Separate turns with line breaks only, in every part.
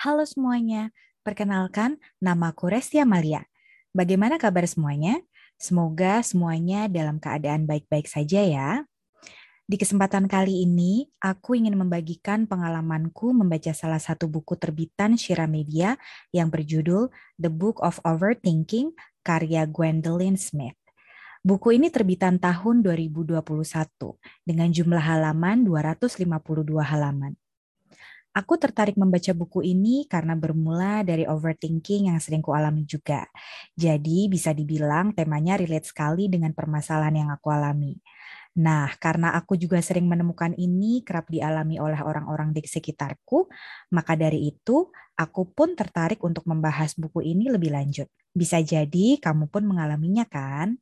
Halo semuanya, perkenalkan namaku Restia Malia. Bagaimana kabar semuanya? Semoga semuanya dalam keadaan baik-baik saja ya. Di kesempatan kali ini, aku ingin membagikan pengalamanku membaca salah satu buku terbitan Shira Media yang berjudul The Book of Overthinking, karya Gwendolyn Smith. Buku ini terbitan tahun 2021 dengan jumlah halaman 252 halaman. Aku tertarik membaca buku ini karena bermula dari overthinking yang sering kualami juga. Jadi bisa dibilang temanya relate sekali dengan permasalahan yang aku alami. Nah, karena aku juga sering menemukan ini kerap dialami oleh orang-orang di sekitarku, maka dari itu aku pun tertarik untuk membahas buku ini lebih lanjut. Bisa jadi kamu pun mengalaminya kan?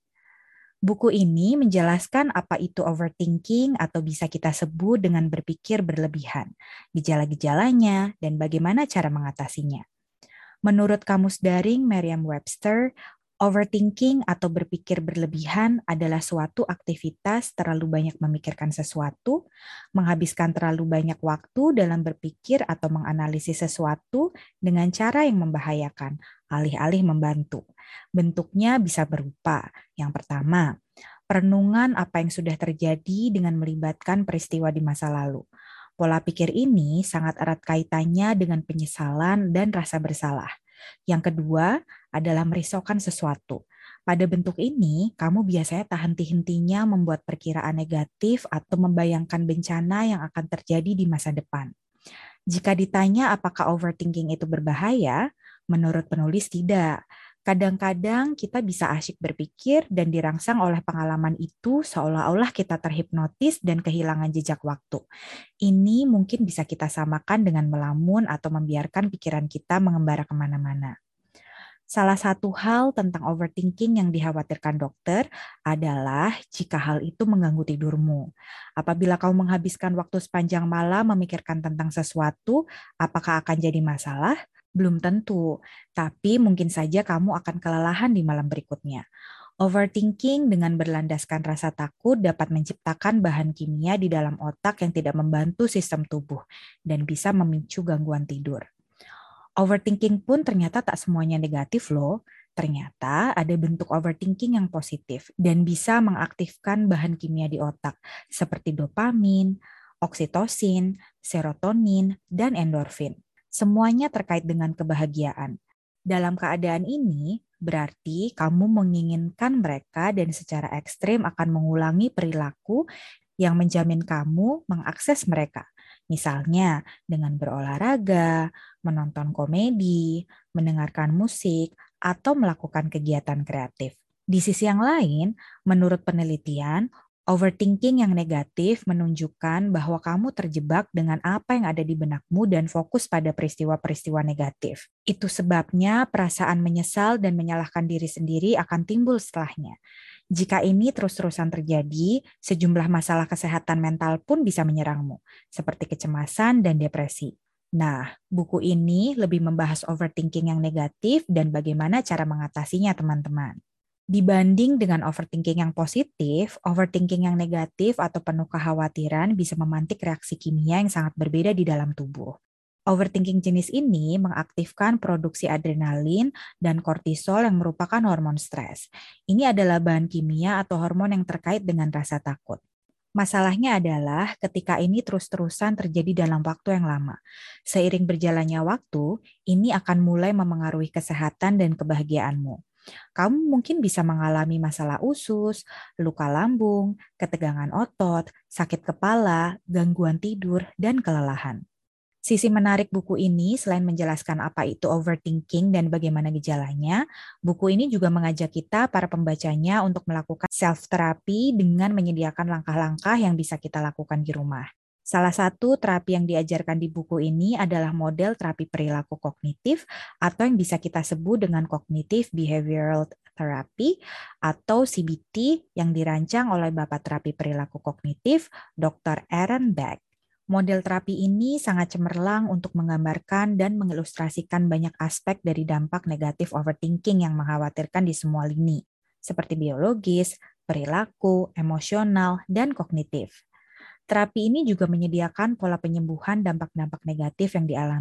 Buku ini menjelaskan apa itu overthinking atau bisa kita sebut dengan berpikir berlebihan, gejala-gejalanya, dan bagaimana cara mengatasinya. Menurut Kamus Daring Merriam-Webster, overthinking atau berpikir berlebihan adalah suatu aktivitas terlalu banyak memikirkan sesuatu, menghabiskan terlalu banyak waktu dalam berpikir atau menganalisis sesuatu dengan cara yang membahayakan, alih-alih membantu. Bentuknya bisa berupa, yang pertama, perenungan apa yang sudah terjadi dengan melibatkan peristiwa di masa lalu. Pola pikir ini sangat erat kaitannya dengan penyesalan dan rasa bersalah. Yang kedua adalah merisaukan sesuatu. Pada bentuk ini, kamu biasanya tak henti-hentinya membuat perkiraan negatif atau membayangkan bencana yang akan terjadi di masa depan. Jika ditanya apakah overthinking itu berbahaya, menurut penulis tidak. Kadang-kadang kita bisa asyik berpikir dan dirangsang oleh pengalaman itu seolah-olah kita terhipnotis dan kehilangan jejak waktu. Ini mungkin bisa kita samakan dengan melamun atau membiarkan pikiran kita mengembara kemana-mana. Salah satu hal tentang overthinking yang dikhawatirkan dokter adalah jika hal itu mengganggu tidurmu. Apabila kamu menghabiskan waktu sepanjang malam memikirkan tentang sesuatu, apakah akan jadi masalah? Belum tentu, tapi mungkin saja kamu akan kelelahan di malam berikutnya. Overthinking dengan berlandaskan rasa takut dapat menciptakan bahan kimia di dalam otak yang tidak membantu sistem tubuh dan bisa memicu gangguan tidur. Overthinking pun ternyata tak semuanya negatif loh. Ternyata ada bentuk overthinking yang positif dan bisa mengaktifkan bahan kimia di otak seperti dopamin, oksitosin, serotonin, dan endorfin. Semuanya terkait dengan kebahagiaan. Dalam keadaan ini, berarti kamu menginginkan mereka dan secara ekstrim akan mengulangi perilaku yang menjamin kamu mengakses mereka. Misalnya dengan berolahraga, menonton komedi, mendengarkan musik, atau melakukan kegiatan kreatif. Di sisi yang lain, menurut penelitian, overthinking yang negatif menunjukkan bahwa kamu terjebak dengan apa yang ada di benakmu dan fokus pada peristiwa-peristiwa negatif. Itu sebabnya perasaan menyesal dan menyalahkan diri sendiri akan timbul setelahnya. Jika ini terus-terusan terjadi, sejumlah masalah kesehatan mental pun bisa menyerangmu, seperti kecemasan dan depresi. Nah, buku ini lebih membahas overthinking yang negatif dan bagaimana cara mengatasinya, teman-teman. Dibanding dengan overthinking yang positif, overthinking yang negatif atau penuh kekhawatiran bisa memantik reaksi kimia yang sangat berbeda di dalam tubuh. Overthinking jenis ini mengaktifkan produksi adrenalin dan kortisol yang merupakan hormon stres. Ini adalah bahan kimia atau hormon yang terkait dengan rasa takut. Masalahnya adalah ketika ini terus-terusan terjadi dalam waktu yang lama. Seiring berjalannya waktu, ini akan mulai memengaruhi kesehatan dan kebahagiaanmu. Kamu mungkin bisa mengalami masalah usus, luka lambung, ketegangan otot, sakit kepala, gangguan tidur, dan kelelahan. Sisi menarik buku ini, selain menjelaskan apa itu overthinking dan bagaimana gejalanya, buku ini juga mengajak kita, para pembacanya, untuk melakukan self-terapi dengan menyediakan langkah-langkah yang bisa kita lakukan di rumah. Salah satu terapi yang diajarkan di buku ini adalah model terapi perilaku kognitif atau yang bisa kita sebut dengan Cognitive Behavioral Therapy atau CBT yang dirancang oleh Bapak Terapi Perilaku Kognitif Dr. Aaron Beck. Model terapi ini sangat cemerlang untuk menggambarkan dan mengilustrasikan banyak aspek dari dampak negatif overthinking yang mengkhawatirkan di semua lini, seperti biologis, perilaku, emosional, dan kognitif. Terapi ini juga menyediakan pola penyembuhan dampak-dampak negatif yang dialami.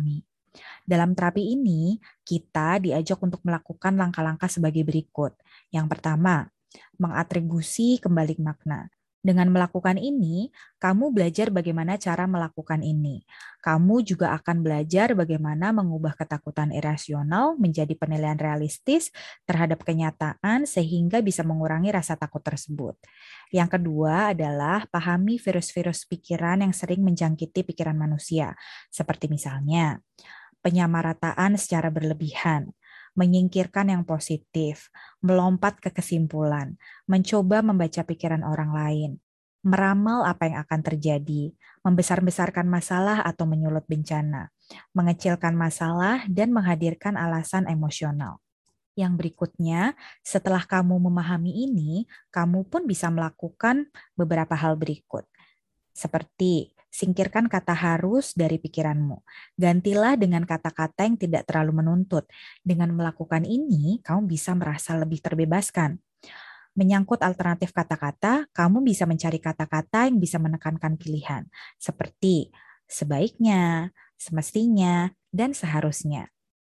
Dalam terapi ini, kita diajak untuk melakukan langkah-langkah sebagai berikut. Yang pertama, mengatribusi kembali makna. Dengan melakukan ini, kamu belajar bagaimana cara melakukan ini. Kamu juga akan belajar bagaimana mengubah ketakutan irasional menjadi penilaian realistis terhadap kenyataan sehingga bisa mengurangi rasa takut tersebut. Yang kedua adalah pahami virus-virus pikiran yang sering menjangkiti pikiran manusia, seperti misalnya penyamarataan secara berlebihan, menyingkirkan yang positif, melompat ke kesimpulan, mencoba membaca pikiran orang lain, meramal apa yang akan terjadi, membesar-besarkan masalah atau menyulut bencana, mengecilkan masalah, dan menghadirkan alasan emosional. Yang berikutnya, setelah kamu memahami ini, kamu pun bisa melakukan beberapa hal berikut. Seperti singkirkan kata harus dari pikiranmu. Gantilah dengan kata-kata yang tidak terlalu menuntut. Dengan melakukan ini, kamu bisa merasa lebih terbebaskan. Menyangkut alternatif kata-kata, kamu bisa mencari kata-kata yang bisa menekankan pilihan. Seperti sebaiknya, semestinya, dan seharusnya.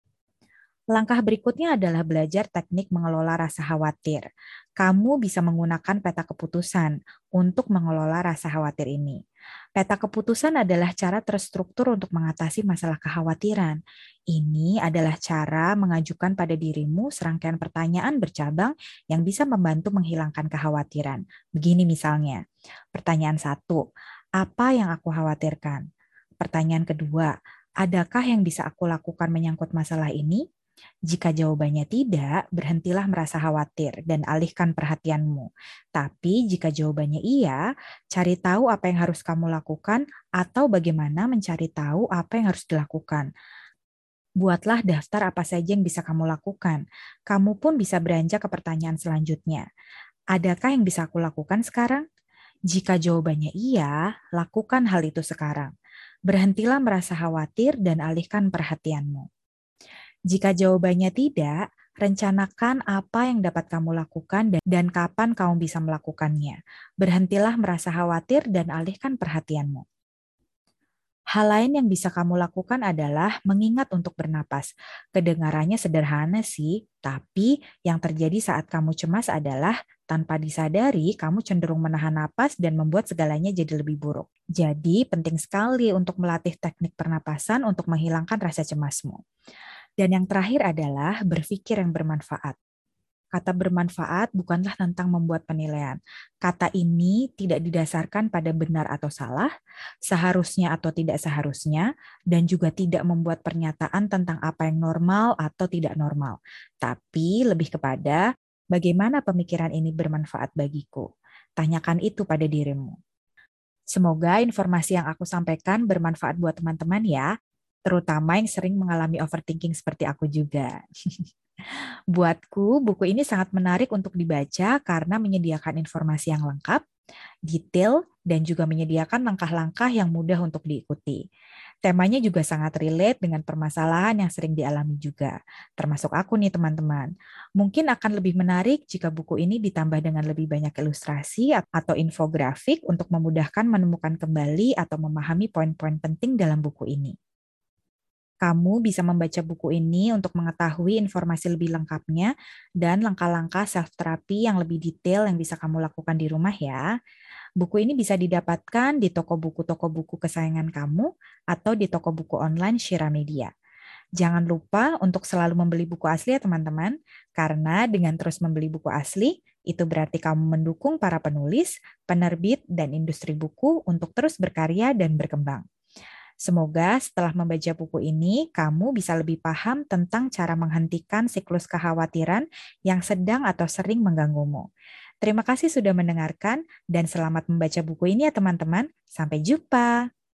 Langkah berikutnya adalah belajar teknik mengelola rasa khawatir. Kamu bisa menggunakan peta keputusan untuk mengelola rasa khawatir ini. Peta keputusan adalah cara terstruktur untuk mengatasi masalah kekhawatiran. Ini adalah cara mengajukan pada dirimu serangkaian pertanyaan bercabang yang bisa membantu menghilangkan kekhawatiran. Begini misalnya, pertanyaan 1, apa yang aku khawatirkan? Pertanyaan kedua, adakah yang bisa aku lakukan menyangkut masalah ini? Jika jawabannya tidak, berhentilah merasa khawatir dan alihkan perhatianmu. Tapi jika jawabannya iya, cari tahu apa yang harus kamu lakukan atau bagaimana mencari tahu apa yang harus dilakukan. Buatlah daftar apa saja yang bisa kamu lakukan. Kamu pun bisa beranjak ke pertanyaan selanjutnya. Adakah yang bisa aku lakukan sekarang? Jika jawabannya iya, lakukan hal itu sekarang. Berhentilah merasa khawatir dan alihkan perhatianmu. Jika jawabannya tidak, rencanakan apa yang dapat kamu lakukan dan kapan kamu bisa melakukannya. Berhentilah merasa khawatir dan alihkan perhatianmu. Hal lain yang bisa kamu lakukan adalah mengingat untuk bernapas. Kedengarannya sederhana sih, tapi yang terjadi saat kamu cemas adalah tanpa disadari kamu cenderung menahan napas dan membuat segalanya jadi lebih buruk. Jadi penting sekali untuk melatih teknik pernapasan untuk menghilangkan rasa cemasmu. Dan yang terakhir adalah berpikir yang bermanfaat. Kata bermanfaat bukanlah tentang membuat penilaian. Kata ini tidak didasarkan pada benar atau salah, seharusnya atau tidak seharusnya, dan juga tidak membuat pernyataan tentang apa yang normal atau tidak normal. Tapi lebih kepada bagaimana pemikiran ini bermanfaat bagiku. Tanyakan itu pada dirimu. Semoga informasi yang aku sampaikan bermanfaat buat teman-teman ya, terutama yang sering mengalami overthinking seperti aku juga. Buatku, buku ini sangat menarik untuk dibaca karena menyediakan informasi yang lengkap, detail, dan juga menyediakan langkah-langkah yang mudah untuk diikuti. Temanya juga sangat relate dengan permasalahan yang sering dialami juga, termasuk aku nih teman-teman. Mungkin akan lebih menarik jika buku ini ditambah dengan lebih banyak ilustrasi atau infografik untuk memudahkan menemukan kembali atau memahami poin-poin penting dalam buku ini. Kamu bisa membaca buku ini untuk mengetahui informasi lebih lengkapnya dan langkah-langkah self-terapi yang lebih detail yang bisa kamu lakukan di rumah ya. Buku ini bisa didapatkan di toko buku kesayangan kamu atau di toko buku online Shira Media. Jangan lupa untuk selalu membeli buku asli ya teman-teman, karena dengan terus membeli buku asli, itu berarti kamu mendukung para penulis, penerbit, dan industri buku untuk terus berkarya dan berkembang. Semoga setelah membaca buku ini, kamu bisa lebih paham tentang cara menghentikan siklus kekhawatiran yang sedang atau sering mengganggumu. Terima kasih sudah mendengarkan dan selamat membaca buku ini ya teman-teman. Sampai jumpa.